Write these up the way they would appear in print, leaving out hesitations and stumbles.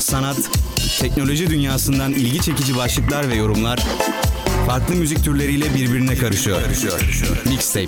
sanat, teknoloji dünyasından ilgi çekici başlıklar ve yorumlar farklı müzik türleriyle birbirine karışıyor. Mixtape.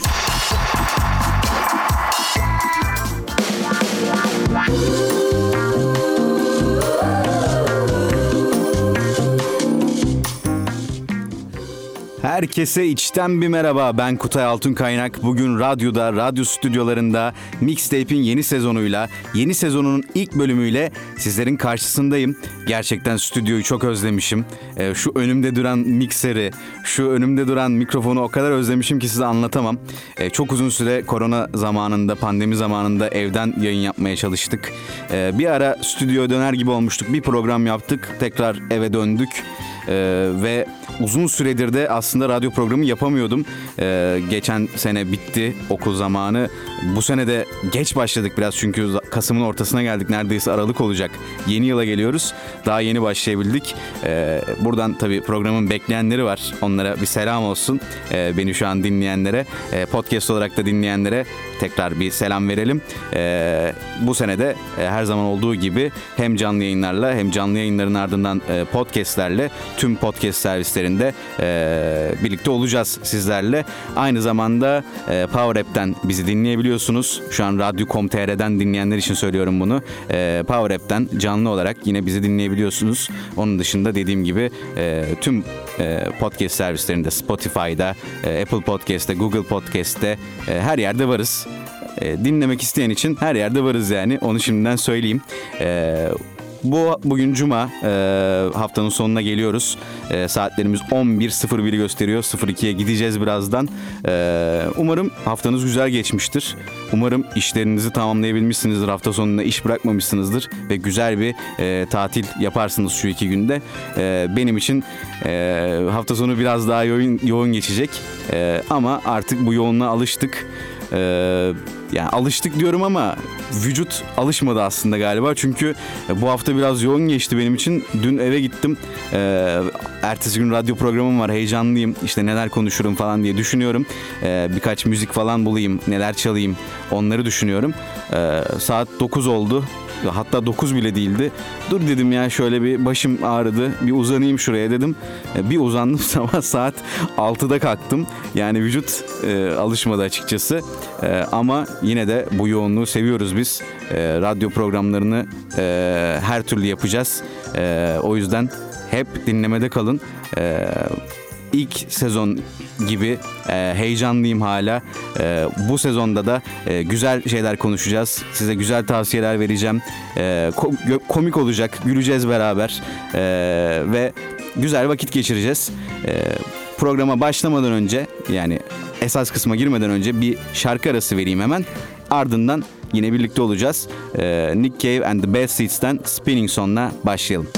Herkese içten bir merhaba. Ben Kutay Altunkaynak. Bugün radyo stüdyolarında Mixtape'in yeni sezonuyla, yeni sezonun ilk bölümüyle sizlerin karşısındayım. Gerçekten stüdyoyu çok özlemişim. Şu önümde duran mikseri, şu önümde duran mikrofonu o kadar özlemişim ki size anlatamam. Çok uzun süre korona zamanında, pandemi zamanında evden yayın yapmaya çalıştık. Bir ara stüdyoya döner gibi olmuştuk. Bir program yaptık, tekrar eve döndük. Ve uzun süredir de aslında radyo programı yapamıyordum. Geçen sene bitti okul zamanı. Bu sene de geç başladık biraz çünkü Kasım'ın ortasına geldik. Neredeyse Aralık olacak. Yeni yıla geliyoruz. Daha yeni başlayabildik. Buradan tabii programın bekleyenleri var. Onlara bir selam olsun. Beni şu an dinleyenlere, podcast olarak da dinleyenlere tekrar bir selam verelim. Bu sene de her zaman olduğu gibi hem canlı yayınlarla hem canlı yayınların ardından podcastlerle tüm podcast servislerinde birlikte olacağız sizlerle. Aynı zamanda Power App'ten bizi dinleyebiliyorsunuz. Şu an Radyo.com.tr'den dinleyenler için söylüyorum bunu. Power App'ten canlı olarak yine bizi dinleyebiliyorsunuz. Onun dışında dediğim gibi tüm podcast servislerinde, Spotify'da, Apple Podcast'te, Google Podcast'te her yerde varız. Dinlemek isteyen için her yerde varız yani. Onu şimdiden söyleyeyim. Bugün Cuma, haftanın sonuna geliyoruz. Saatlerimiz 11.01'i gösteriyor. 02'ye gideceğiz birazdan. Umarım haftanız güzel geçmiştir. Umarım işlerinizi tamamlayabilmişsinizdir. Hafta sonunda iş bırakmamışsınızdır. Ve güzel bir tatil yaparsınız şu 2 günde. Benim için hafta sonu biraz daha yoğun geçecek. Ama artık bu yoğunluğa alıştık. Yani alıştık diyorum ama vücut alışmadı aslında galiba. Çünkü bu hafta biraz yoğun geçti benim için. Dün eve gittim. Ertesi gün radyo programım var. Heyecanlıyım. İşte neler konuşurum falan diye düşünüyorum. Birkaç müzik falan bulayım. Neler çalayım. Onları düşünüyorum. Saat 9 oldu. Hatta 9 bile değildi. Dur dedim ya, şöyle bir başım ağrıdı. Bir uzanayım şuraya dedim. Bir uzandım, sabah saat 6'da kalktım. Yani vücut alışmadı açıkçası. Ama yine de bu yoğunluğu seviyoruz biz. Radyo programlarını her türlü yapacağız. O yüzden hep dinlemede kalın. İlk sezon gibi heyecanlıyım hala. Bu sezonda da güzel şeyler konuşacağız. Size güzel tavsiyeler vereceğim. Komik olacak, güleceğiz beraber ve güzel vakit geçireceğiz. Programa başlamadan önce, yani esas kısma girmeden önce bir şarkı arası vereyim hemen. Ardından yine birlikte olacağız. Nick Cave and the Bad Seeds'ten Spinning Song'la başlayalım.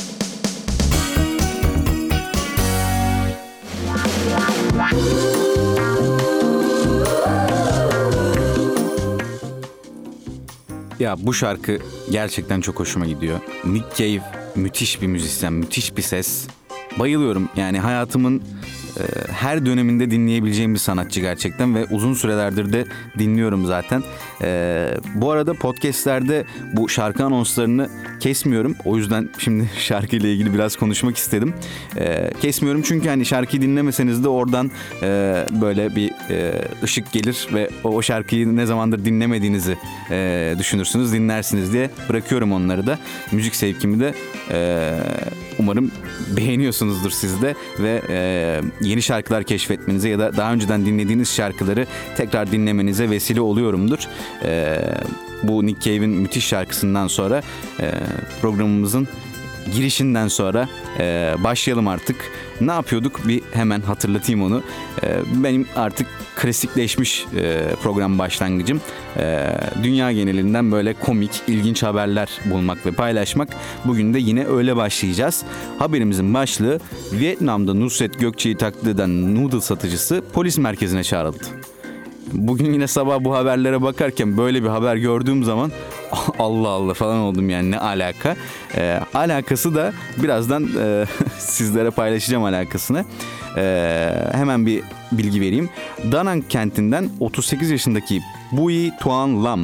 Ya bu şarkı gerçekten çok hoşuma gidiyor. Nick Cave müthiş bir müzisyen, müthiş bir ses. Bayılıyorum. Yani hayatımın her döneminde dinleyebileceğim bir sanatçı gerçekten ve uzun sürelerdir de dinliyorum zaten. Bu arada podcastlerde bu şarkı anonslarını kesmiyorum. O yüzden şimdi şarkıyla ilgili biraz konuşmak istedim. Kesmiyorum çünkü hani şarkıyı dinlemeseniz de oradan böyle bir ışık gelir ve o şarkıyı ne zamandır dinlemediğinizi düşünürsünüz, dinlersiniz diye bırakıyorum onları da. Müzik zevkimi de umarım beğeniyorsunuzdur siz de ve yeni şarkılar keşfetmenize ya da daha önceden dinlediğiniz şarkıları tekrar dinlemenize vesile oluyorumdur. Bu Nick Cave'in müthiş şarkısından sonra programımızın girişinden sonra başlayalım artık. Ne yapıyorduk? Bir hemen hatırlatayım onu. Benim artık klasikleşmiş program başlangıcım. Dünya genelinden böyle komik, ilginç haberler bulmak ve paylaşmak. Bugün de yine öyle başlayacağız. Haberimizin başlığı: Vietnam'da Nusret Gökçe'yi taklit eden noodle satıcısı polis merkezine çağrıldı. Bugün yine sabah bu haberlere bakarken böyle bir haber gördüğüm zaman Allah Allah falan oldum, yani ne alaka? Alakası da birazdan sizlere paylaşacağım alakasını. Hemen bir bilgi vereyim. Da Nang kentinden 38 yaşındaki Bui Tuan Lam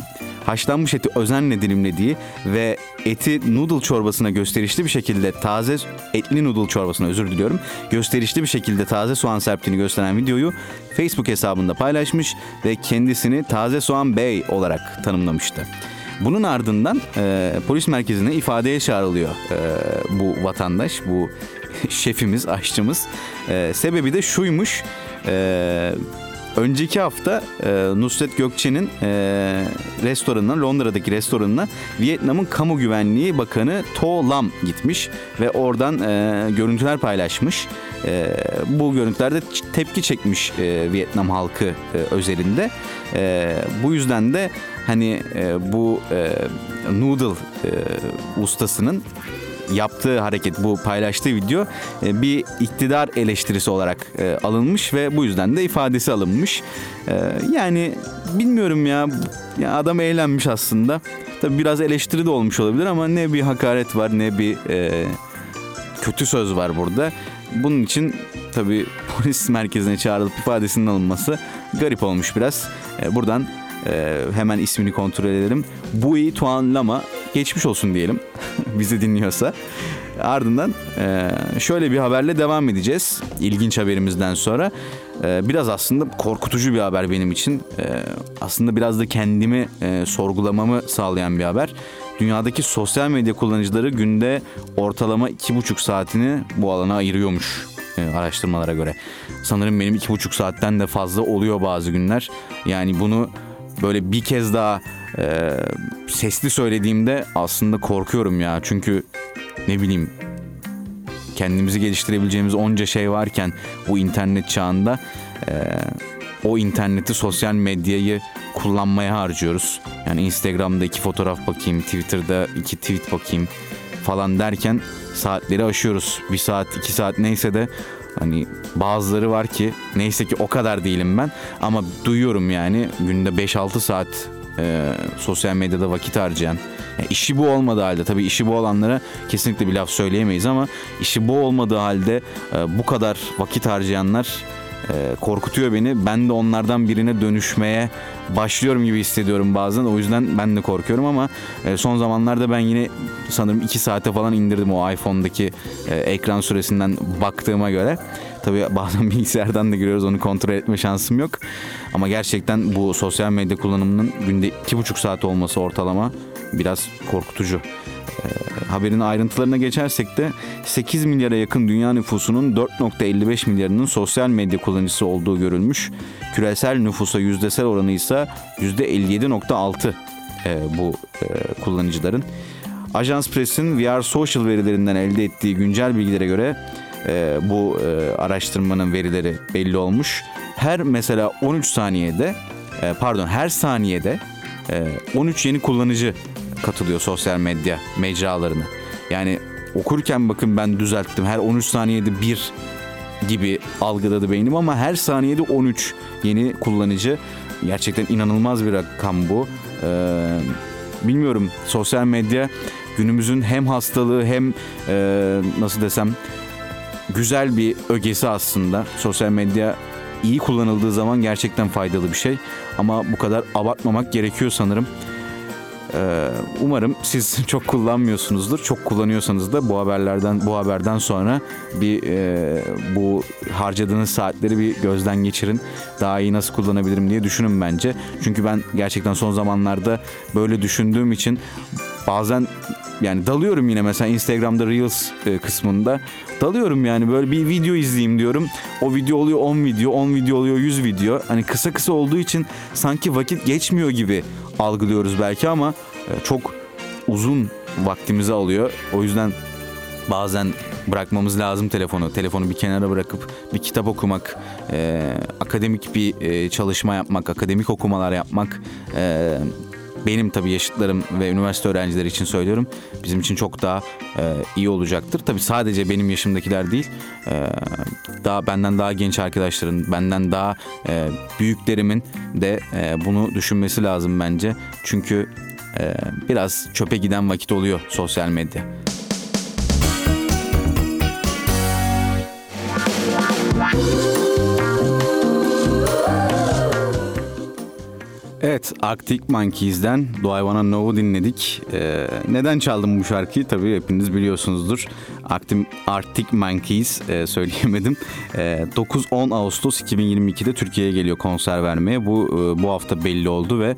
haşlanmış eti özenle dilimlediği ve eti noodle çorbasına gösterişli bir şekilde etli noodle çorbasına gösterişli bir şekilde taze soğan serptiğini gösteren videoyu Facebook hesabında paylaşmış ve kendisini Taze Soğan Bey olarak tanımlamıştı. Bunun ardından polis merkezine ifadeye çağrılıyor bu vatandaş, bu şefimiz, aşçımız. Sebebi de şuymuş. Önceki hafta Nusret Gökçe'nin restoranına, Londra'daki restoranına Vietnam'ın Kamu Güvenliği Bakanı To Lam gitmiş ve oradan görüntüler paylaşmış. Bu görüntülerde tepki çekmiş Vietnam halkı özelinde. Bu yüzden de hani bu noodle ustasının yaptığı hareket, bu paylaştığı video bir iktidar eleştirisi olarak alınmış ve bu yüzden de ifadesi alınmış. Yani bilmiyorum ya adam eğlenmiş aslında. Tabii biraz eleştiri de olmuş olabilir ama ne bir hakaret var ne bir kötü söz var burada. Bunun için tabii polis merkezine çağrılıp ifadesinin alınması garip olmuş biraz. Buradan hemen ismini kontrol edelim. Bui Tuan Lama, geçmiş olsun diyelim bizi dinliyorsa. Ardından şöyle bir haberle devam edeceğiz. İlginç haberimizden sonra. Biraz aslında korkutucu bir haber benim için. Aslında biraz da kendimi sorgulamamı sağlayan bir haber. Dünyadaki sosyal medya kullanıcıları günde ortalama 2,5 saatini bu alana ayırıyormuş araştırmalara göre. Sanırım benim 2,5 saatten de fazla oluyor bazı günler. Yani bunu böyle bir kez daha sesli söylediğimde aslında korkuyorum ya. Çünkü ne bileyim, kendimizi geliştirebileceğimiz onca şey varken bu internet çağında o interneti, sosyal medyayı kullanmaya harcıyoruz. Yani Instagram'da 2 fotoğraf bakayım, Twitter'da 2 tweet bakayım falan derken saatleri aşıyoruz. 1 saat, 2 saat neyse de hani bazıları var ki, neyse ki o kadar değilim ben ama duyuyorum yani günde 5-6 saat sosyal medyada vakit harcayan. Yani işi bu olmadığı halde, tabii işi bu olanlara kesinlikle bir laf söyleyemeyiz ama işi bu olmadığı halde bu kadar vakit harcayanlar korkutuyor beni. Ben de onlardan birine dönüşmeye başlıyorum gibi hissediyorum bazen. O yüzden ben de korkuyorum ama son zamanlarda ben yine sanırım 2 saate falan indirdim o iPhone'daki ekran süresinden baktığıma göre. Tabii bazen bilgisayardan da giriyoruz, onu kontrol etme şansım yok. Ama gerçekten bu sosyal medya kullanımının günde 2,5 saat olması ortalama biraz korkutucu. Haberin ayrıntılarına geçersek de 8 milyara yakın dünya nüfusunun 4,55 milyarının sosyal medya kullanıcısı olduğu görülmüş. Küresel nüfusa yüzdesel oranı ise %57,6 bu kullanıcıların. Ajans Press'in VR Social verilerinden elde ettiği güncel bilgilere göre bu araştırmanın verileri belli olmuş. Mesela her saniyede 13 yeni kullanıcı katılıyor sosyal medya mecralarına. Yani okurken bakın ben düzelttim. Her 13 saniyede bir gibi algıladı beynim ama her saniyede 13 yeni kullanıcı. Gerçekten inanılmaz bir rakam bu. Bilmiyorum, sosyal medya günümüzün hem hastalığı hem nasıl desem güzel bir ögesi aslında. Sosyal medya iyi kullanıldığı zaman gerçekten faydalı bir şey. Ama bu kadar abartmamak gerekiyor sanırım. Umarım siz çok kullanmıyorsunuzdur. Çok kullanıyorsanız da bu haberden sonra bu harcadığınız saatleri bir gözden geçirin. Daha iyi nasıl kullanabilirim diye düşünün bence. Çünkü ben gerçekten son zamanlarda böyle düşündüğüm için bazen yani dalıyorum yine, mesela Instagram'da Reels kısmında dalıyorum, yani böyle bir video izleyeyim diyorum. O video oluyor 10 video, 10 video oluyor 100 video. Hani kısa olduğu için sanki vakit geçmiyor gibi algılıyoruz belki ama çok uzun vaktimizi alıyor. O yüzden bazen bırakmamız lazım telefonu. Telefonu bir kenara bırakıp bir kitap okumak, akademik bir çalışma yapmak, akademik okumalar yapmak, benim tabii yaşıtlarım ve üniversite öğrencileri için söylüyorum, bizim için çok daha iyi olacaktır. Tabii sadece benim yaşımdakiler değil, benden daha genç arkadaşların, benden daha büyüklerimin de bunu düşünmesi lazım bence. Çünkü biraz çöpe giden vakit oluyor sosyal medya. Evet, Arctic Monkeys'den Do I Wanna Know'u dinledik. Neden çaldım bu şarkıyı? Tabii hepiniz biliyorsunuzdur. Arctic Monkeys söyleyemedim. 9-10 Ağustos 2022'de Türkiye'ye geliyor konser vermeye. Bu hafta belli oldu ve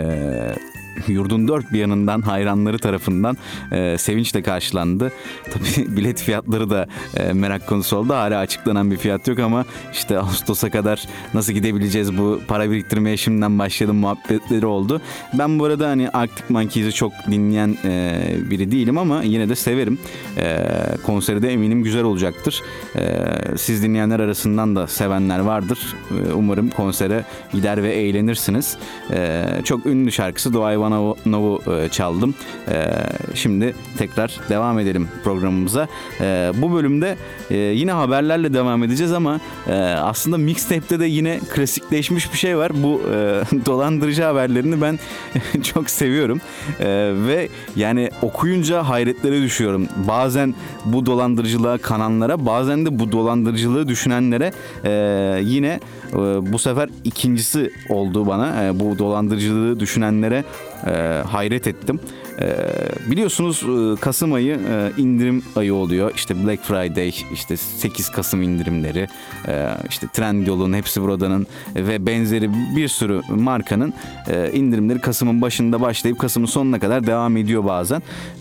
yurdun dört bir yanından hayranları tarafından sevinçle karşılandı. Tabii bilet fiyatları da merak konusu oldu. Hala açıklanan bir fiyat yok ama işte Ağustos'a kadar nasıl gidebileceğiz, bu para biriktirmeye şimdiden başladım muhabbetleri oldu. Ben bu arada hani Arctic Monkeys'i çok dinleyen biri değilim ama yine de severim. Konseri de eminim güzel olacaktır. Siz dinleyenler arasından da sevenler vardır. Umarım konsere gider ve eğlenirsiniz. Çok ünlü şarkısı Do I Wanna Know'u çaldım. Şimdi tekrar devam edelim programımıza. Bu bölümde yine haberlerle devam edeceğiz ama aslında mixtape'te de yine klasikleşmiş bir şey var. Bu dolandırıcı haberlerini ben çok seviyorum. Ve yani okuyunca hayretlere düşüyorum. Bazen bu dolandırıcılığa kananlara, bazen de bu dolandırıcılığı düşünenlere yine bu sefer ikincisi oldu bana. Bu dolandırıcılığı düşünenlere hayret ettim. Biliyorsunuz Kasım ayı indirim ayı oluyor. İşte Black Friday, işte 8 Kasım indirimleri, işte Trendyol'un, Hepsi Burada'nın ve benzeri bir sürü markanın indirimleri Kasım'ın başında başlayıp Kasım'ın sonuna kadar devam ediyor bazen.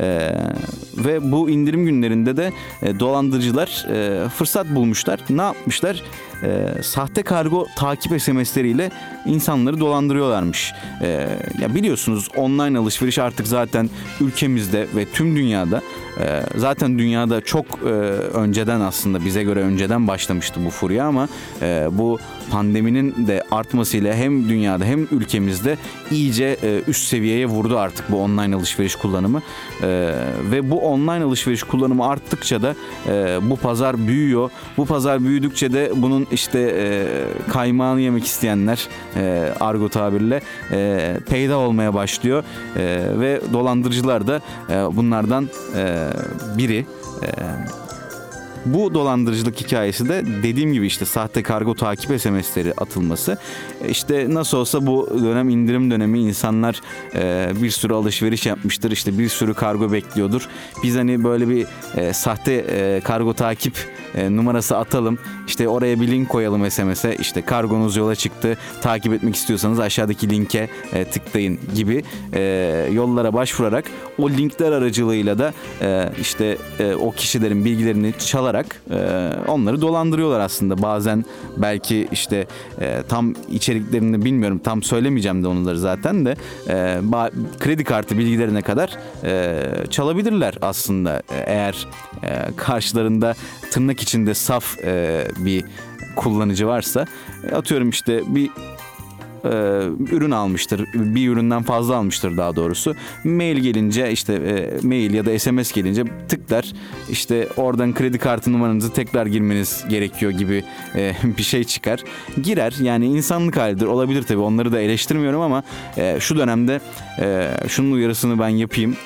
Ve bu indirim günlerinde de dolandırıcılar fırsat bulmuşlar. Ne yapmışlar? Sahte kargo takip SMS'leriyle insanları dolandırıyorlarmış. Ya biliyorsunuz online alışveriş artık zaten ülkemizde ve tüm dünyada, zaten dünyada çok önceden, aslında bize göre önceden başlamıştı bu furya ama bu pandeminin de artmasıyla hem dünyada hem ülkemizde iyice üst seviyeye vurdu artık bu online alışveriş kullanımı. Ve bu online alışveriş kullanımı arttıkça da bu pazar büyüyor. Bu pazar büyüdükçe de bunun işte kaymağını yemek isteyenler, argo tabirle peyda olmaya başlıyor. Ve dolandırıcılar da bunlardan biri. Bu dolandırıcılık hikayesi de dediğim gibi işte sahte kargo takip SMS'leri atılması. İşte nasıl olsa bu dönem indirim dönemi, insanlar bir sürü alışveriş yapmıştır. İşte bir sürü kargo bekliyordur. Biz hani böyle bir sahte kargo takip numarası atalım. İşte oraya bir link koyalım SMS'e. İşte kargonuz yola çıktı. Takip etmek istiyorsanız aşağıdaki linke tıklayın gibi yollara başvurarak o linkler aracılığıyla da işte o kişilerin bilgilerini çalarak onları dolandırıyorlar aslında. Bazen belki işte tam içeriklerini bilmiyorum, tam söylemeyeceğim de onları zaten de kredi kartı bilgilerine kadar çalabilirler aslında, eğer karşılarında tırnak içinde saf bir kullanıcı varsa. Atıyorum işte bir ürün almıştır. Bir üründen fazla almıştır daha doğrusu. Mail gelince işte mail ya da SMS gelince tıklar. İşte oradan kredi kartı numaranızı tekrar girmeniz gerekiyor gibi bir şey çıkar. Girer. Yani insanlık halidir. Olabilir tabii. Onları da eleştirmiyorum ama şu dönemde şunun uyarısını ben yapayım.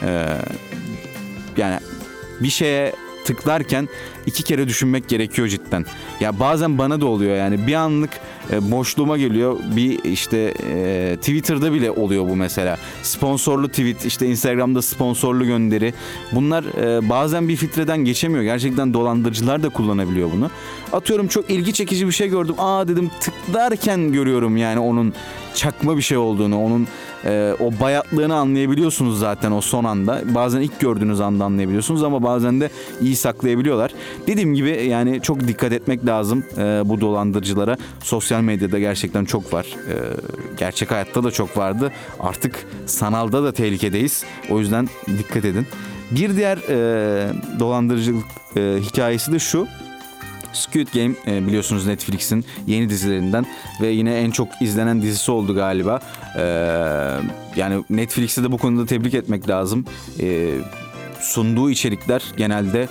Yani bir şeye tıklarken 2 kere düşünmek gerekiyor cidden. Ya bazen bana da oluyor yani, bir anlık boşluğuma geliyor. Bir işte Twitter'da bile oluyor bu mesela. Sponsorlu tweet, işte Instagram'da sponsorlu gönderi. Bunlar bazen bir filtreden geçemiyor. Gerçekten dolandırıcılar da kullanabiliyor bunu. Atıyorum çok ilgi çekici bir şey gördüm. Dedim, tıklarken görüyorum yani onun çakma bir şey olduğunu, onun o bayatlığını anlayabiliyorsunuz zaten o son anda. Bazen ilk gördüğünüz anda anlayabiliyorsunuz ama bazen de iyi saklayabiliyorlar. Dediğim gibi yani çok dikkat etmek lazım bu dolandırıcılara. Sosyal medyada gerçekten çok var. Gerçek hayatta da çok vardı. Artık sanalda da tehlikedeyiz. O yüzden dikkat edin. Bir diğer dolandırıcılık hikayesi de şu. Squid Game biliyorsunuz Netflix'in yeni dizilerinden ve yine en çok izlenen dizisi oldu galiba. Yani Netflix'e de bu konuda tebrik etmek lazım. Sunduğu içerikler genelde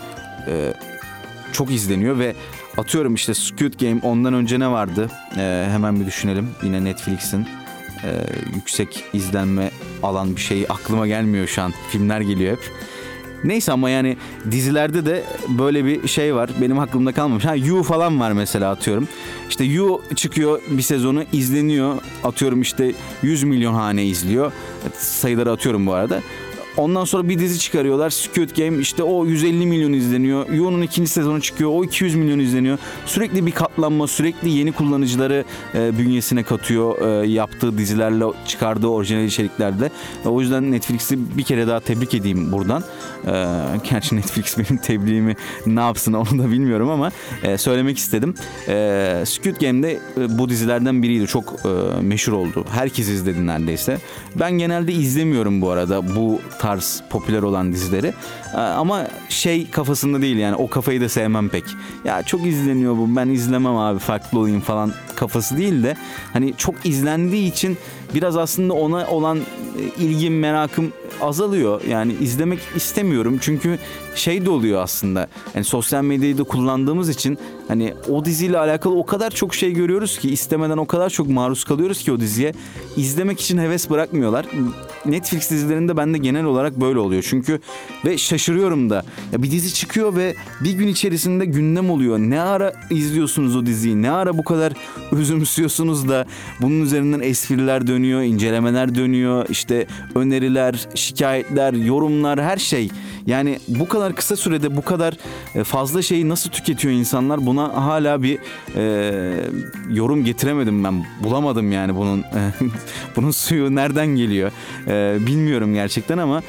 çok izleniyor ve atıyorum işte Squid Game, ondan önce ne vardı? Hemen bir düşünelim. Yine Netflix'in yüksek izlenme alan bir şey aklıma gelmiyor şu an. Filmler geliyor hep. Neyse ama yani dizilerde de böyle bir şey var. Benim aklımda kalmamış. You falan var mesela, atıyorum. İşte You çıkıyor, bir sezonu izleniyor. Atıyorum işte 100 milyon hane izliyor. Sayıları atıyorum bu arada. Ondan sonra bir dizi çıkarıyorlar, Squid Game, işte o 150 milyon izleniyor. Yu'nun ikinci sezonu çıkıyor, o 200 milyon izleniyor. Sürekli bir katlanma, sürekli yeni kullanıcıları bünyesine katıyor yaptığı dizilerle, çıkardığı orijinal içeriklerle. O yüzden Netflix'i bir kere daha tebrik edeyim buradan. Gerçi Netflix benim tebliğimi ne yapsın onu da bilmiyorum ama söylemek istedim. Squid Game'de bu dizilerden biriydi. Çok meşhur oldu. Herkes izledi neredeyse. Ben genelde izlemiyorum bu arada bu tarz popüler olan dizileri. Ama şey kafasında değil, yani o kafayı da sevmem pek. Ya çok izleniyor bu, ben izlemem abi, farklı olayım falan kafası değil de hani çok izlendiği için biraz aslında ona olan ilgim, merakım azalıyor. Yani izlemek istemiyorum çünkü şey de oluyor aslında. Yani sosyal medyayı da kullandığımız için hani o diziyle alakalı o kadar çok şey görüyoruz ki, istemeden o kadar çok maruz kalıyoruz ki o diziye. İzlemek için heves bırakmıyorlar. Netflix dizilerinde bende genel olarak böyle oluyor. Çünkü ve şaşırıyorum da. Ya bir dizi çıkıyor ve bir gün içerisinde gündem oluyor. Ne ara izliyorsunuz o diziyi? Ne ara bu kadar özümsüyorsunuz da bunun üzerinden espriler dönüyor, incelemeler dönüyor, işte öneriler, şikayetler, yorumlar, her şey. Yani bu kadar kısa sürede bu kadar fazla şeyi nasıl tüketiyor insanlar? Buna hala bir yorum getiremedim ben. Bulamadım yani bunun bunun suyu nereden geliyor? Bilmiyorum gerçekten ama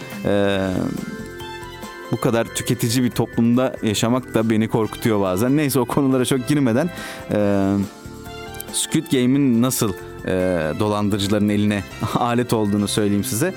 bu kadar tüketici bir toplumda yaşamak da beni korkutuyor bazen. Neyse, o konulara çok girmeden Squid Game'in nasıl dolandırıcıların eline alet olduğunu söyleyeyim size.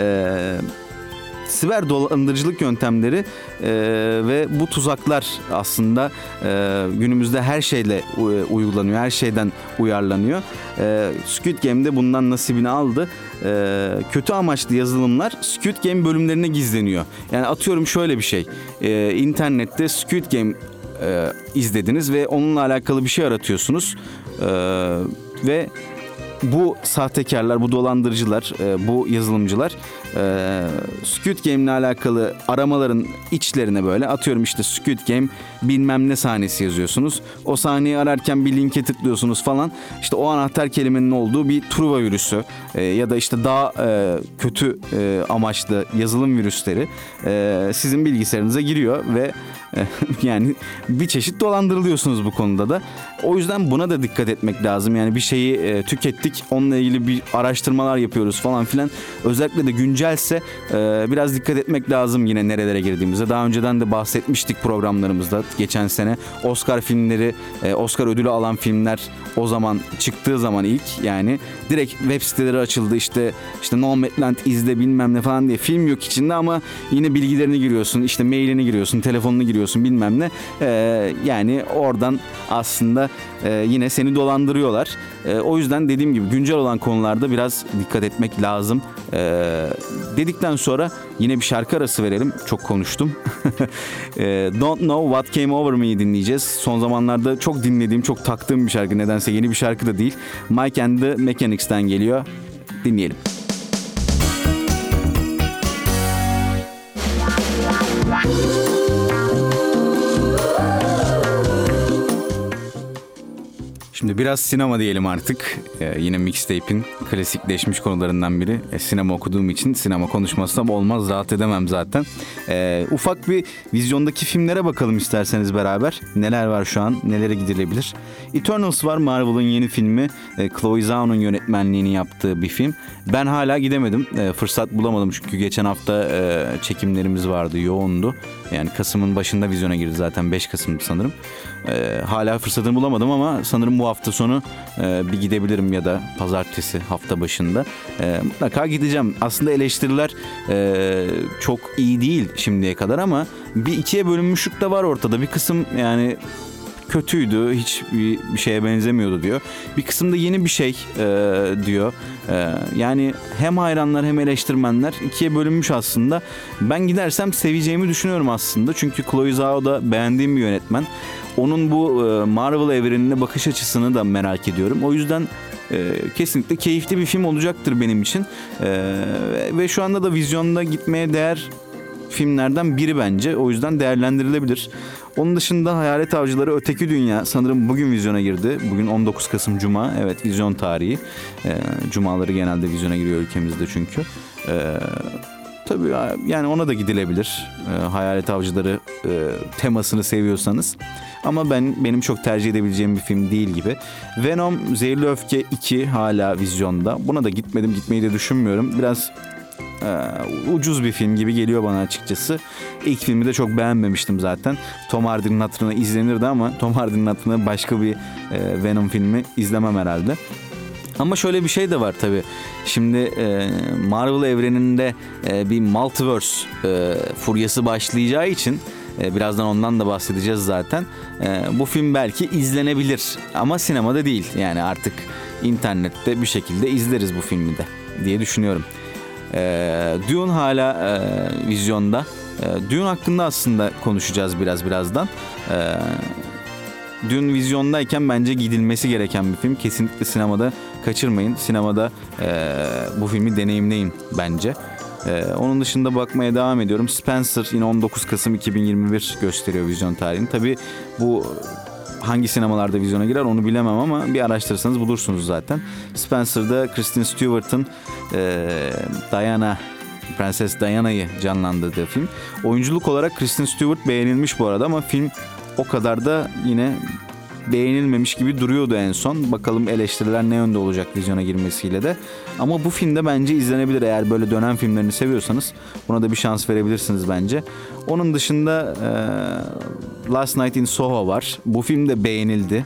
Siber dolandırıcılık yöntemleri ve bu tuzaklar aslında günümüzde her şeyle uygulanıyor, her şeyden uyarlanıyor. Squid Game'de bundan nasibini aldı. Kötü amaçlı yazılımlar Squid Game bölümlerine gizleniyor. Yani atıyorum şöyle bir şey, internette Squid Game izlediniz ve onunla alakalı bir şey aratıyorsunuz ve bu sahtekarlar, bu dolandırıcılar, bu yazılımcılar Squid Game ile alakalı aramaların içlerine böyle atıyorum işte Squid Game bilmem ne sahnesi yazıyorsunuz. O sahneyi ararken bir linke tıklıyorsunuz falan. İşte o anahtar kelimenin olduğu bir Truva virüsü ya da işte daha kötü amaçlı yazılım virüsleri sizin bilgisayarınıza giriyor ve yani bir çeşit dolandırılıyorsunuz bu konuda da. O yüzden buna da dikkat etmek lazım. Yani bir şeyi tükettik, onunla ilgili bir araştırmalar yapıyoruz falan filan. Özellikle de güncelse biraz dikkat etmek lazım yine nerelere girdiğimizde. Daha önceden de bahsetmiştik programlarımızda. Geçen sene Oscar filmleri, Oscar ödülü alan filmler o zaman çıktığı zaman ilk yani direkt web siteleri açıldı. İşte Nomadland izle bilmem ne falan diye, film yok içinde ama yine bilgilerini giriyorsun, işte mailini giriyorsun, telefonunu giriyorsun bilmem ne. Yani oradan aslında yine seni dolandırıyorlar. O yüzden dediğim gibi güncel olan konularda biraz dikkat etmek lazım. Dedikten sonra yine bir şarkı arası verelim. Çok konuştum. Don't Know What Came Over Me'yi dinleyeceğiz. Son zamanlarda çok dinlediğim, çok taktığım bir şarkı. Nedense yeni bir şarkı da değil. Mike and the Mechanics'ten geliyor. Dinleyelim. Şimdi biraz sinema diyelim artık. Yine mixtape'in klasikleşmiş konularından biri. Sinema okuduğum için sinema konuşmasam olmaz, rahat edemem zaten. Ufak bir vizyondaki filmlere bakalım isterseniz beraber. Neler var şu an, nelere gidilebilir. Eternals var, Marvel'ın yeni filmi. Chloe Zhao'nun yönetmenliğini yaptığı bir film. Ben hala gidemedim. Fırsat bulamadım çünkü geçen hafta çekimlerimiz vardı, yoğundu. Yani Kasım'ın başında vizyona girdi zaten, 5 Kasım'dı sanırım. Hala fırsatını bulamadım ama sanırım bu hafta sonu bir gidebilirim ya da pazartesi hafta başında. Mutlaka gideceğim. Aslında eleştiriler çok iyi değil şimdiye kadar ama bir ikiye bölünmüşlük de var ortada. Bir kısım yani kötüydü, hiç bir şeye benzemiyordu diyor. Bir kısımda yeni bir şey diyor. Yani hem hayranlar hem eleştirmenler ikiye bölünmüş aslında. Ben gidersem seveceğimi düşünüyorum aslında. Çünkü Chloe Zhao da beğendiğim bir yönetmen. Onun bu Marvel evrenine bakış açısını da merak ediyorum. O yüzden kesinlikle keyifli bir film olacaktır benim için. Ve şu anda da vizyonda gitmeye değer filmlerden biri bence. O yüzden değerlendirilebilir. Onun dışında Hayalet Avcıları Öteki Dünya sanırım bugün vizyona girdi. Bugün 19 Kasım Cuma. Evet, vizyon tarihi. Cumaları genelde vizyona giriyor ülkemizde çünkü. Tabii yani ona da gidilebilir. Hayalet Avcıları temasını seviyorsanız. Ama benim çok tercih edebileceğim bir film değil gibi. Venom Zehirli Öfke 2 hala vizyonda. Buna da gitmedim, gitmeyi de düşünmüyorum. Biraz ucuz bir film gibi geliyor bana açıkçası. İlk filmi de çok beğenmemiştim zaten. Tom Hardy'nin hatırına izlenirdi ama Tom Hardy'nin hatırına başka bir Venom filmi izlemem herhalde. Ama şöyle bir şey de var tabii. Şimdi Marvel evreninde bir multiverse furyası başlayacağı için birazdan ondan da bahsedeceğiz zaten. Bu film belki izlenebilir ama sinemada değil. Yani artık internette bir şekilde izleriz bu filmi de diye düşünüyorum. Dune hala vizyonda. Dune hakkında aslında konuşacağız birazdan. Dune vizyondayken bence gidilmesi gereken bir film. Kesinlikle sinemada kaçırmayın. Sinemada bu filmi deneyimleyin bence. Onun dışında bakmaya devam ediyorum. Spencer yine 19 Kasım 2021 gösteriyor vizyon tarihini. Tabii bu hangi sinemalarda vizyona girer onu bilemem ama bir araştırırsanız bulursunuz zaten. Spencer'da Kristen Stewart'ın Prenses Diana'yı canlandırdığı film. Oyunculuk olarak Kristen Stewart beğenilmiş bu arada ama film o kadar da yine beğenilmemiş gibi duruyordu en son. Bakalım eleştiriler ne yönde olacak vizyona girmesiyle de. Ama bu film de bence izlenebilir. Eğer böyle dönem filmlerini seviyorsanız buna da bir şans verebilirsiniz bence. Onun dışında Last Night in Soho var. Bu film de beğenildi.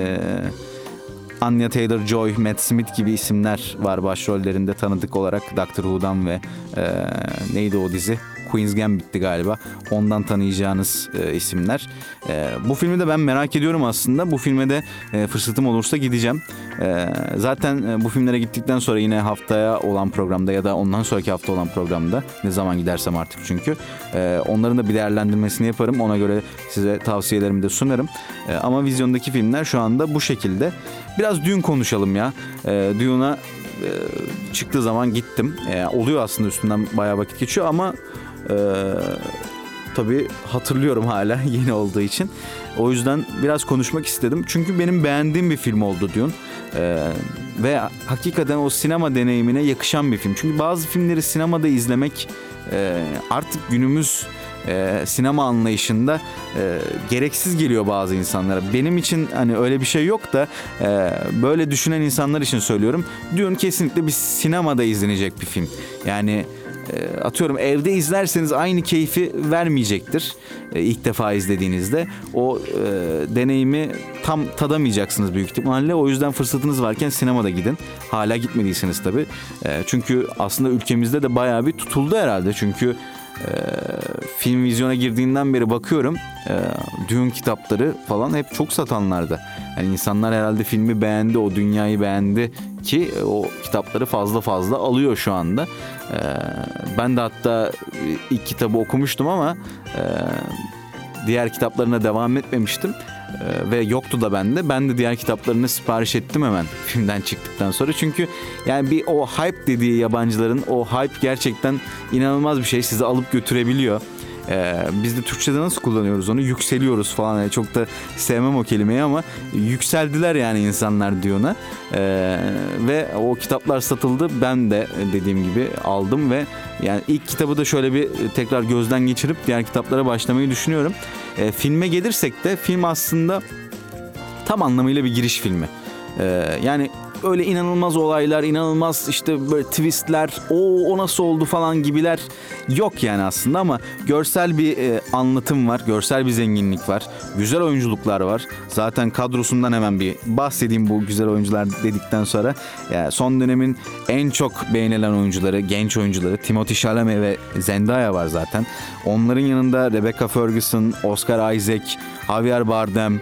Anya Taylor-Joy, Matt Smith gibi isimler var başrollerinde tanıdık olarak. Doctor Who'dan ve neydi o dizi? Queen's Gambit'ti galiba. Ondan tanıyacağınız isimler. Bu filmi de ben merak ediyorum aslında. Bu filme de fırsatım olursa gideceğim. Zaten bu filmlere gittikten sonra yine haftaya olan programda ya da ondan sonraki hafta olan programda, ne zaman gidersem artık çünkü, onların da bir değerlendirmesini yaparım. Ona göre size tavsiyelerimi de sunarım. Ama vizyondaki filmler şu anda bu şekilde. Biraz Dune konuşalım ya. Dune'a çıktığı zaman gittim. Oluyor aslında, üstünden bayağı vakit geçiyor ama tabii hatırlıyorum hala yeni olduğu için. O yüzden biraz konuşmak istedim. Çünkü benim beğendiğim bir film oldu Dune. Ve hakikaten o sinema deneyimine yakışan bir film. Çünkü bazı filmleri sinemada izlemek artık günümüz sinema anlayışında gereksiz geliyor bazı insanlara. Benim için hani öyle bir şey yok da böyle düşünen insanlar için söylüyorum. Dune kesinlikle bir sinemada izlenecek bir film. Yani atıyorum evde izlerseniz aynı keyfi vermeyecektir. İlk defa izlediğinizde o deneyimi tam tadamayacaksınız büyük ihtimalle. O yüzden fırsatınız varken sinemada gidin. Hala gitmediyseniz tabii. Çünkü aslında ülkemizde de bayağı bir tutuldu herhalde. Çünkü film vizyona girdiğinden beri bakıyorum, Dune kitapları falan hep çok satanlardı. Yani insanlar herhalde filmi beğendi, o dünyayı beğendi ki o kitapları fazla alıyor şu anda. Ben de hatta ilk kitabı okumuştum ama diğer kitaplarına devam etmemiştim. Ve yoktu da bende. Ben de diğer kitaplarını sipariş ettim hemen filmden çıktıktan sonra. Çünkü yani bir o hype dediği yabancıların, o hype gerçekten inanılmaz bir şey. Sizi alıp götürebiliyor. Biz de Türkçe'de nasıl kullanıyoruz onu? Yükseliyoruz falan. Yani çok da sevmem o kelimeyi ama yükseldiler yani insanlar diyor ona. Ve o kitaplar satıldı. Ben de dediğim gibi aldım ve yani ilk kitabı da şöyle bir tekrar gözden geçirip diğer kitaplara başlamayı düşünüyorum. Filme gelirsek de film aslında tam anlamıyla bir giriş filmi. Yani öyle inanılmaz olaylar, inanılmaz işte böyle twistler, o nasıl oldu falan gibiler yok yani aslında ama görsel bir anlatım var, görsel bir zenginlik var, güzel oyunculuklar var. Zaten kadrosundan hemen bir bahsedeyim bu güzel oyuncular dedikten sonra. Yani son dönemin en çok beğenilen oyuncuları, genç oyuncuları Timothée Chalamet ve Zendaya var zaten. Onların yanında Rebecca Ferguson, Oscar Isaac, Javier Bardem,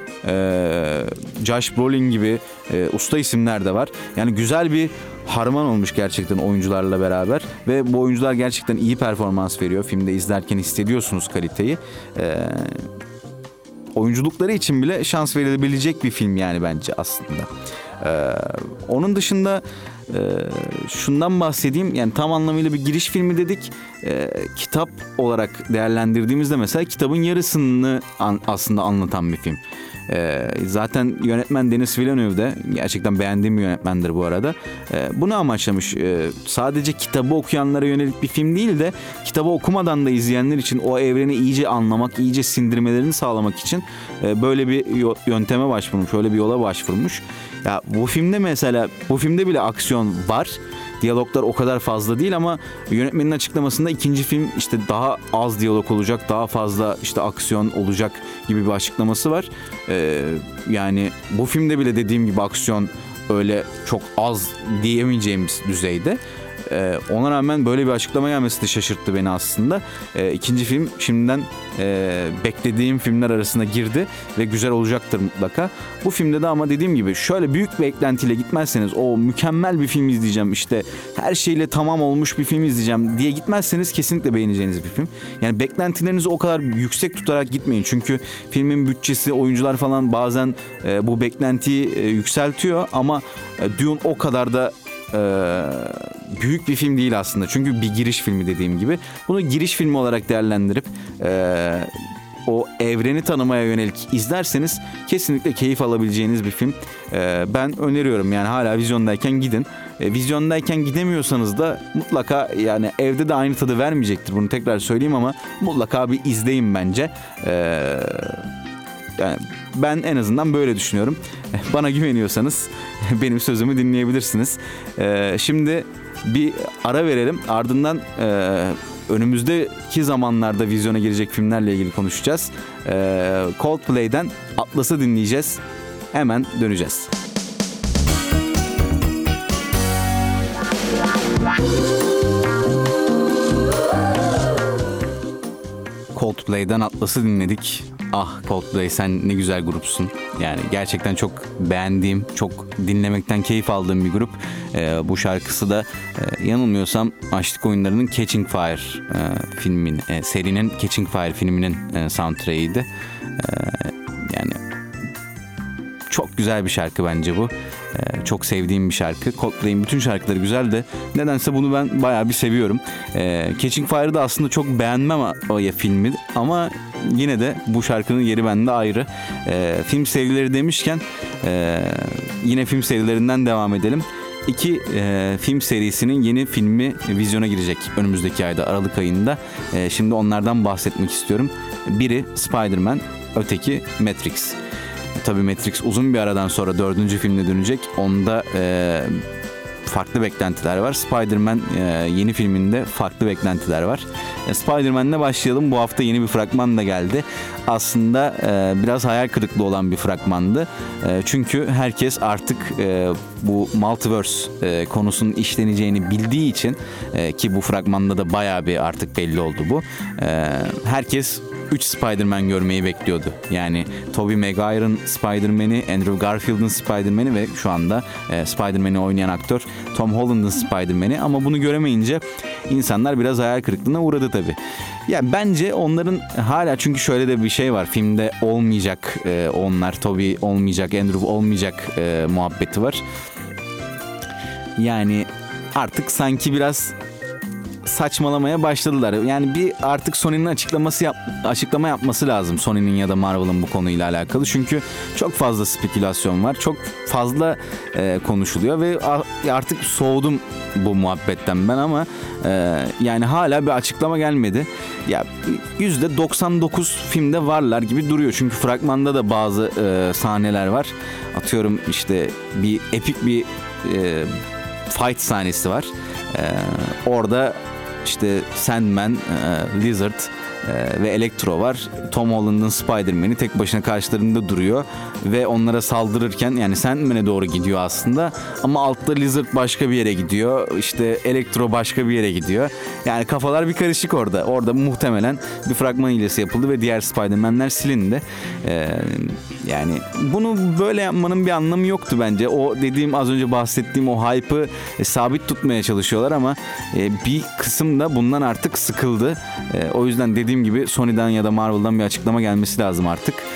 Josh Brolin gibi usta isimler de var. Yani güzel bir harman olmuş gerçekten oyuncularla beraber ve bu oyuncular gerçekten iyi performans veriyor. Filmde izlerken hissediyorsunuz kaliteyi. Oyunculukları için bile şans verilebilecek bir film yani bence aslında. Onun dışında Şundan bahsedeyim, yani tam anlamıyla bir giriş filmi dedik. Kitap olarak değerlendirdiğimizde mesela kitabın yarısını aslında anlatan bir film. Zaten yönetmen Denis Villeneuve de gerçekten beğendiğim bir yönetmendir bu arada. Bunu amaçlamış. Sadece kitabı okuyanlara yönelik bir film değil de kitabı okumadan da izleyenler için o evreni iyice anlamak, iyice sindirmelerini sağlamak için böyle bir yönteme başvurmuş, öyle bir yola başvurmuş. Ya bu filmde mesela, bu filmde bile aksiyon var. Diyaloglar o kadar fazla değil ama yönetmenin açıklamasında ikinci film işte daha az diyalog olacak, daha fazla işte aksiyon olacak gibi bir açıklaması var. Yani bu filmde bile dediğim gibi aksiyon öyle çok az diyemeyeceğimiz düzeyde. Ona rağmen böyle bir açıklama gelmesi de şaşırttı beni aslında. İkinci film şimdiden beklediğim filmler arasına girdi ve güzel olacaktır mutlaka. Bu filmde de ama dediğim gibi şöyle büyük bir beklentiyle gitmezseniz, o mükemmel bir film izleyeceğim, işte her şeyle tamam olmuş bir film izleyeceğim diye gitmezseniz kesinlikle beğeneceğiniz bir film. Yani beklentilerinizi o kadar yüksek tutarak gitmeyin. Çünkü filmin bütçesi, oyuncular falan bazen bu beklentiyi yükseltiyor ama Dune o kadar da büyük bir film değil aslında. Çünkü bir giriş filmi dediğim gibi. Bunu giriş filmi olarak değerlendirip o evreni tanımaya yönelik izlerseniz kesinlikle keyif alabileceğiniz bir film. Ben öneriyorum, yani hala vizyondayken gidin. Vizyondayken gidemiyorsanız da mutlaka, yani evde de aynı tadı vermeyecektir, bunu tekrar söyleyeyim, ama mutlaka bir izleyin bence. Yani ben en azından böyle düşünüyorum. Bana güveniyorsanız benim sözümü dinleyebilirsiniz. Şimdi bir ara verelim. Ardından önümüzdeki zamanlarda vizyona girecek filmlerle ilgili konuşacağız. Coldplay'den Atlas'ı dinleyeceğiz. Hemen döneceğiz. Coldplay'den Atlas'ı dinledik. Ah Coldplay, sen ne güzel grupsun. Yani gerçekten çok beğendiğim, çok dinlemekten keyif aldığım bir grup. Bu şarkısı da yanılmıyorsam Açlık Oyunları'nın Catching Fire serinin Catching Fire filminin soundtrack'iydi. Yani çok güzel bir şarkı bence bu. Çok sevdiğim bir şarkı. Coldplay'in bütün şarkıları güzel de nedense bunu ben bayağı bir seviyorum. Catching Fire'ı da aslında çok beğenmem o filmi ama yine de bu şarkının yeri bende ayrı. Film serileri demişken yine film serilerinden devam edelim. İki film serisinin yeni filmi vizyona girecek önümüzdeki ayda, Aralık ayında. Şimdi onlardan bahsetmek istiyorum. Biri Spider-Man, öteki Matrix. Tabii Matrix uzun bir aradan sonra 4. filmine dönecek. Onda farklı beklentiler var. Spider-Man yeni filminde farklı beklentiler var. Spider-Man'le başlayalım. Bu hafta yeni bir fragman da geldi. Aslında biraz hayal kırıklığı olan bir fragmandı. Çünkü herkes artık bu multiverse konusunun işleneceğini bildiği için, ki bu fragmanda da bayağı bir artık belli oldu bu. Herkes 3 Spider-Man görmeyi bekliyordu. Yani Tobey Maguire'ın Spider-Man'i, Andrew Garfield'ın Spider-Man'i ve şu anda Spider-Man'i oynayan aktör Tom Holland'ın Spider-Man'i, ama bunu göremeyince insanlar biraz hayal kırıklığına uğradı tabii. Ya bence onların hala, çünkü şöyle de bir şey var. Filmde olmayacak onlar, Tobey olmayacak, Andrew olmayacak muhabbeti var. Yani artık sanki biraz saçmalamaya başladılar. Yani bir artık Sony'nin açıklama yapması lazım, Sony'nin ya da Marvel'ın bu konuyla alakalı. Çünkü çok fazla spekülasyon var. Çok fazla konuşuluyor ve artık soğudum bu muhabbetten ben, ama yani hala bir açıklama gelmedi. Ya %99 filmde varlar gibi duruyor. Çünkü fragmanda da bazı sahneler var. Atıyorum işte bir epik bir fight sahnesi var. Orada işte Sandman, Lizard ve Electro var. Tom Holland'ın Spider-Man'i tek başına karşılarında duruyor ve onlara saldırırken, yani Sandman'e doğru gidiyor aslında ama altta Lizard başka bir yere gidiyor. İşte Electro başka bir yere gidiyor. Yani kafalar bir karışık orada. Orada muhtemelen bir fragman hilesi yapıldı ve diğer Spider-Man'ler silindi. Yani bunu böyle yapmanın bir anlamı yoktu bence. O dediğim, az önce bahsettiğim o hype'ı sabit tutmaya çalışıyorlar ama bir kısım da bundan artık sıkıldı. O yüzden dediğim gibi Sony'den ya da Marvel'dan bir açıklama gelmesi lazım artık.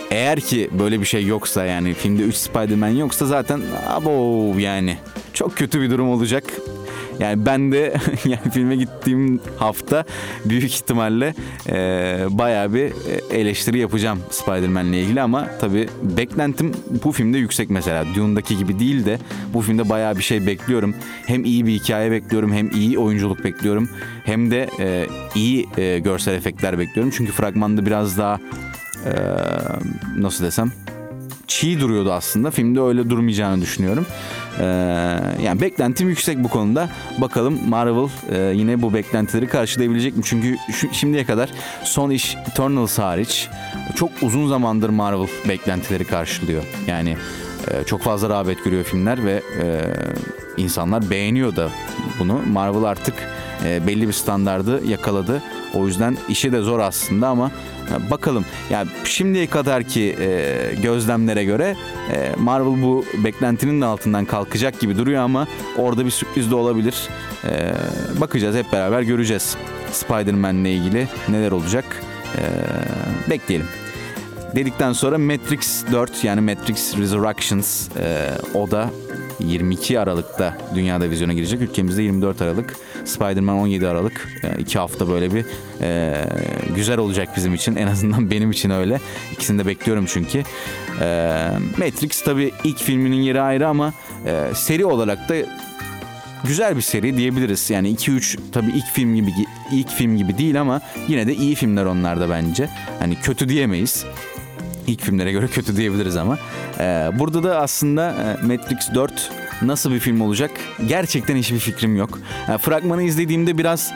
Eğer ki böyle bir şey yoksa, yani filmde 3 Spider-Man yoksa zaten yani çok kötü bir durum olacak. Yani ben de yani filme gittiğim hafta büyük ihtimalle bayağı bir eleştiri yapacağım Spider-Man'le ilgili, ama tabii beklentim bu filmde yüksek mesela. Dune'daki gibi değil de bu filmde bayağı bir şey bekliyorum. Hem iyi bir hikaye bekliyorum, hem iyi oyunculuk bekliyorum, hem de iyi görsel efektler bekliyorum. Çünkü fragmanda biraz daha nasıl desem, çiğ duruyordu aslında. Filmde öyle durmayacağını düşünüyorum. Yani beklentim yüksek bu konuda. Bakalım Marvel yine bu beklentileri karşılayabilecek mi? Çünkü şimdiye kadar son iş Eternals hariç çok uzun zamandır Marvel beklentileri karşılıyor. Yani çok fazla rağbet görüyor filmler ve insanlar beğeniyor da bunu. Marvel artık belli bir standardı yakaladı. O yüzden işi de zor aslında, ama bakalım. Yani şimdiye kadarki gözlemlere göre Marvel bu beklentinin de altından kalkacak gibi duruyor, ama orada bir sürpriz de olabilir. Bakacağız, hep beraber göreceğiz. Spider-Man'le ilgili neler olacak, bekleyelim. Dedikten sonra Matrix 4, yani Matrix Resurrections, o da 22 Aralık'ta dünyada vizyona girecek. Ülkemizde 24 Aralık. Spider-Man 17 Aralık. 2 hafta böyle bir güzel olacak bizim için. En azından benim için öyle. İkisini de bekliyorum çünkü. Matrix tabii ilk filminin yeri ayrı, ama seri olarak da güzel bir seri diyebiliriz. Yani 2-3 tabii ilk film gibi değil, ama yine de iyi filmler onlar da bence. Hani kötü diyemeyiz. İlk filmlere göre kötü diyebiliriz ama. Burada da aslında Matrix 4 nasıl bir film olacak gerçekten hiçbir fikrim yok. Fragmanı izlediğimde biraz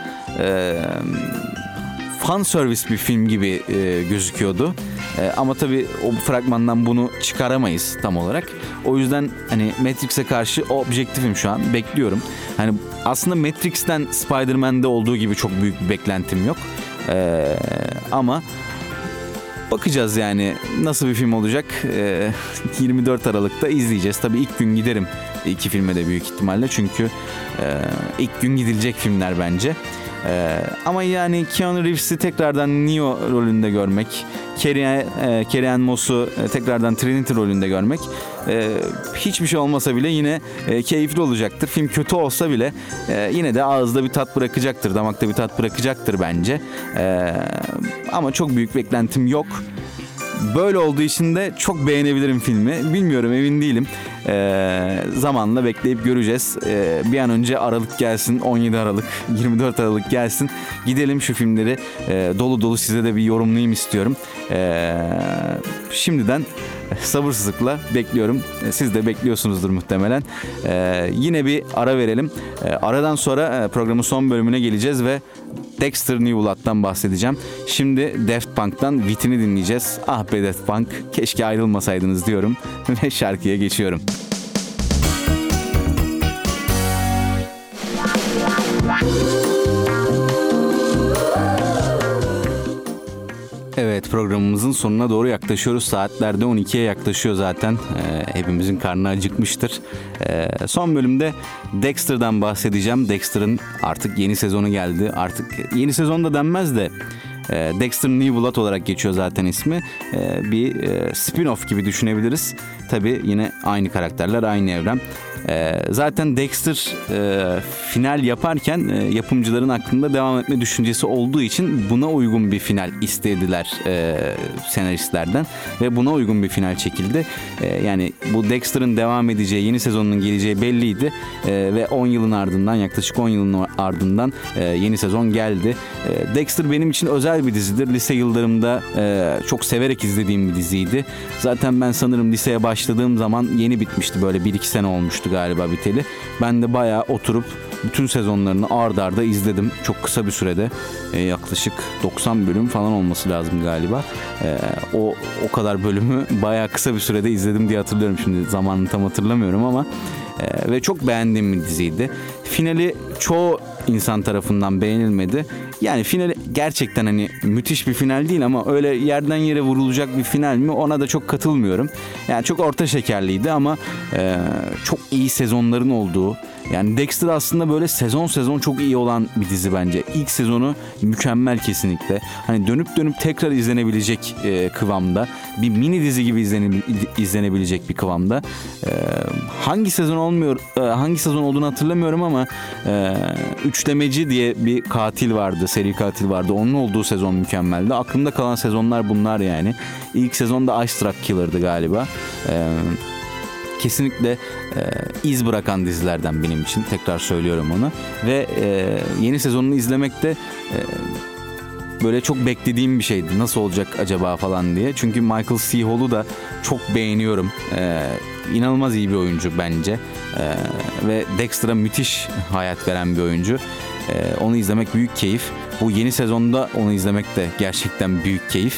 fan service bir film gibi gözüküyordu. Ama tabii o fragmandan bunu çıkaramayız tam olarak. O yüzden hani Matrix'e karşı objektifim şu an. Bekliyorum. Hani aslında Matrix'ten Spider-Man'de olduğu gibi çok büyük bir beklentim yok. Ama bakacağız yani nasıl bir film olacak. 24 Aralık'ta izleyeceğiz. Tabii ilk gün giderim iki filme de büyük ihtimalle. Çünkü ilk gün gidilecek filmler bence. Ama yani Keanu Reeves'i tekrardan Neo rolünde görmek, Carrie-Anne Moss'u tekrardan Trinity rolünde görmek hiçbir şey olmasa bile yine keyifli olacaktır. Film kötü olsa bile yine de ağızda bir tat bırakacaktır, damakta bir tat bırakacaktır bence. Ama çok büyük beklentim yok. Böyle olduğu için de çok beğenebilirim filmi. Bilmiyorum, emin değilim. Zamanla bekleyip göreceğiz. Bir an önce Aralık gelsin, 17 Aralık, 24 Aralık gelsin. Gidelim şu filmleri dolu dolu size de bir yorumlayayım istiyorum. Şimdiden sabırsızlıkla bekliyorum. Siz de bekliyorsunuzdur muhtemelen. Yine bir ara verelim. Aradan sonra programın son bölümüne geleceğiz ve Dexter New Blood'dan bahsedeceğim. Şimdi Daft Punk'tan Within'i dinleyeceğiz. Ah be Daft Punk, keşke ayrılmasaydınız diyorum ve şarkıya geçiyorum. Evet, programımızın sonuna doğru yaklaşıyoruz. Saatlerde 12'ye yaklaşıyor zaten. Hepimizin karnı acıkmıştır. Son bölümde Dexter'dan bahsedeceğim. Dexter'ın artık yeni sezonu geldi. Artık yeni sezon da denmez de Dexter New Blood olarak geçiyor zaten ismi. Bir spin-off gibi düşünebiliriz. Tabii yine aynı karakterler, aynı evren. Zaten Dexter final yaparken yapımcıların aklında devam etme düşüncesi olduğu için buna uygun bir final istediler senaristlerden ve buna uygun bir final çekildi. Yani bu Dexter'ın devam edeceği, yeni sezonunun geleceği belliydi ve 10 yılın ardından, yaklaşık 10 yılın ardından yeni sezon geldi. Dexter benim için özel bir dizidir. Lise yıllarımda çok severek izlediğim bir diziydi. Zaten ben sanırım liseye başladığım zaman yeni bitmişti, böyle 1-2 sene olmuştu galiba biteli. Ben de bayağı oturup bütün sezonlarını ard arda izledim. Çok kısa bir sürede. Yaklaşık 90 bölüm falan olması lazım galiba. O kadar bölümü bayağı kısa bir sürede izledim diye hatırlıyorum. Şimdi zamanını tam hatırlamıyorum ama ve çok beğendiğim bir diziydi. Finali çoğu insan tarafından beğenilmedi. Yani finali gerçekten hani müthiş bir final değil, ama öyle yerden yere vurulacak bir final mi, ona da çok katılmıyorum. Yani çok orta şekerliydi ama çok iyi sezonların olduğu, Yani Dexter aslında böyle sezon sezon çok iyi olan bir dizi bence. İlk sezonu mükemmel kesinlikle. Hani dönüp dönüp tekrar izlenebilecek kıvamda. Bir mini dizi gibi izlenebilecek bir kıvamda. Hangi sezon olduğunu hatırlamıyorum ama Üçlemeci diye bir katil vardı, seri katil vardı. Onun olduğu sezon mükemmeldi. Aklımda kalan sezonlar bunlar yani. İlk sezonda Ice Truck Killer'dı galiba. Kesinlikle iz bırakan dizilerden benim için. Tekrar söylüyorum onu. Ve yeni sezonunu izlemek de böyle çok beklediğim bir şeydi. Nasıl olacak acaba falan diye. Çünkü Michael C. Hall'u da çok beğeniyorum. İnanılmaz iyi bir oyuncu bence. Ve Dexter'a müthiş hayat veren bir oyuncu. Onu izlemek büyük keyif. Bu yeni sezonda onu izlemek de gerçekten büyük keyif.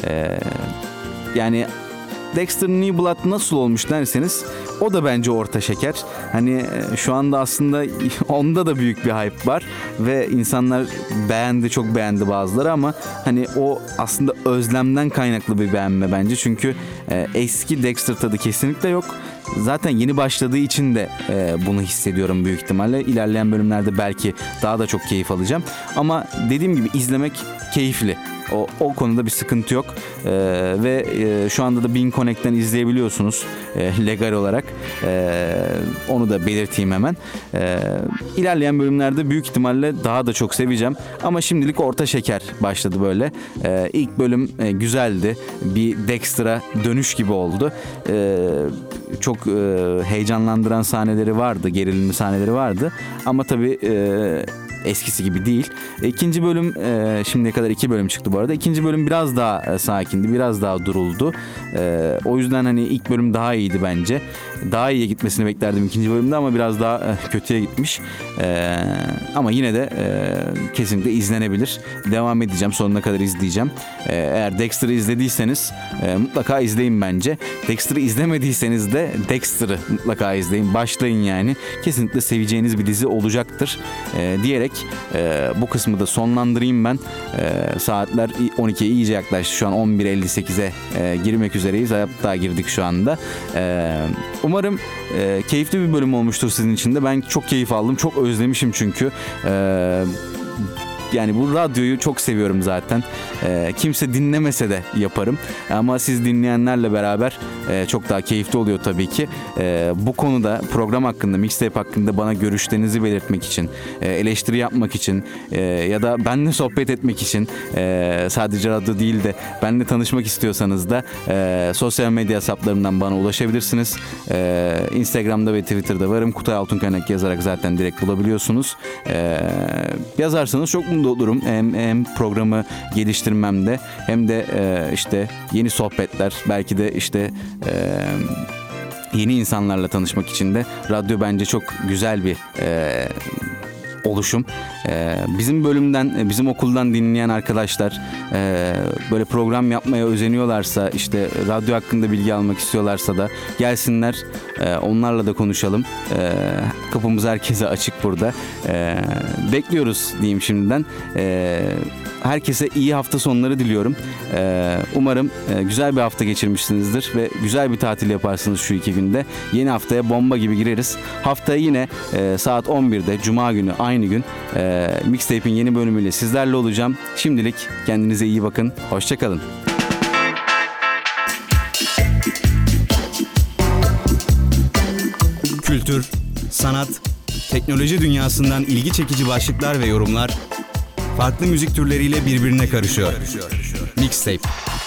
Yani Dexter New Blood nasıl olmuş derseniz o da bence orta şeker. Hani şu anda aslında onda da büyük bir hype var ve insanlar çok beğendi bazıları ama hani o aslında özlemden kaynaklı bir beğenme bence. Çünkü eski Dexter tadı kesinlikle yok. Zaten yeni başladığı için de bunu hissediyorum büyük ihtimalle. İlerleyen bölümlerde belki daha da çok keyif alacağım. Ama dediğim gibi izlemek keyifli. O konuda bir sıkıntı yok. Ve şu anda da Bean Connect'ten izleyebiliyorsunuz legal olarak. Onu da belirteyim hemen. İlerleyen bölümlerde büyük ihtimalle daha da çok seveceğim. Ama şimdilik orta şeker başladı böyle. İlk bölüm güzeldi. Bir Dexter'a dönüş gibi oldu. Çok heyecanlandıran sahneleri vardı, gerilimli sahneleri vardı. Ama tabii eskisi gibi değil. İkinci bölüm, şimdiye kadar 2 bölüm çıktı bu arada. İkinci bölüm biraz daha sakindi, biraz daha duruldu. O yüzden hani ilk bölüm daha iyiydi bence. Daha iyiye gitmesini beklerdim ikinci bölümde ama biraz daha kötüye gitmiş. Ama yine de kesinlikle izlenebilir. Devam edeceğim, sonuna kadar izleyeceğim. Eğer Dexter'ı izlediyseniz mutlaka izleyin bence. Dexter'ı izlemediyseniz de Dexter'ı mutlaka izleyin. Başlayın yani. Kesinlikle seveceğiniz bir dizi olacaktır diyerek bu kısmı da sonlandırayım ben. Saatler 12'ye iyice yaklaştı. Şu an 11.58'e girmek üzereyiz. Hatta girdik şu anda. Umarım keyifli bir bölüm olmuştur sizin için de. Ben çok keyif aldım. Çok özlemişim çünkü. Yani bu radyoyu çok seviyorum zaten. Kimse dinlemese de yaparım. Ama siz dinleyenlerle beraber çok daha keyifli oluyor tabii ki. Bu konuda program hakkında, mixtape hakkında bana görüşlerinizi belirtmek için, eleştiri yapmak için ya da benimle sohbet etmek için sadece radyo değil de benimle tanışmak istiyorsanız da sosyal medya hesaplarımdan bana ulaşabilirsiniz. Instagram'da ve Twitter'da varım. Kutay Altunkaynak yazarak zaten direkt bulabiliyorsunuz. Yazarsanız çok mutlu olurum. Hem programı geliştirmemde hem de işte yeni sohbetler, belki de işte yeni insanlarla tanışmak için de radyo bence çok güzel bir oluşum. Bizim bölümden, bizim okuldan dinleyen arkadaşlar böyle program yapmaya özeniyorlarsa, işte radyo hakkında bilgi almak istiyorlarsa da gelsinler, onlarla da konuşalım. Kapımız herkese açık burada. Bekliyoruz diyeyim şimdiden. Herkese iyi hafta sonları diliyorum. Umarım güzel bir hafta geçirmişsinizdir ve güzel bir tatil yaparsınız şu 2 günde. Yeni haftaya bomba gibi gireriz. Haftaya yine saat 11'de Cuma günü aynı gün Mixtape'in yeni bölümüyle sizlerle olacağım. Şimdilik kendinize iyi bakın. Hoşça kalın. Kültür, sanat, teknoloji dünyasından ilgi çekici başlıklar ve yorumlar farklı müzik türleriyle birbirine karışıyor. Mixtape.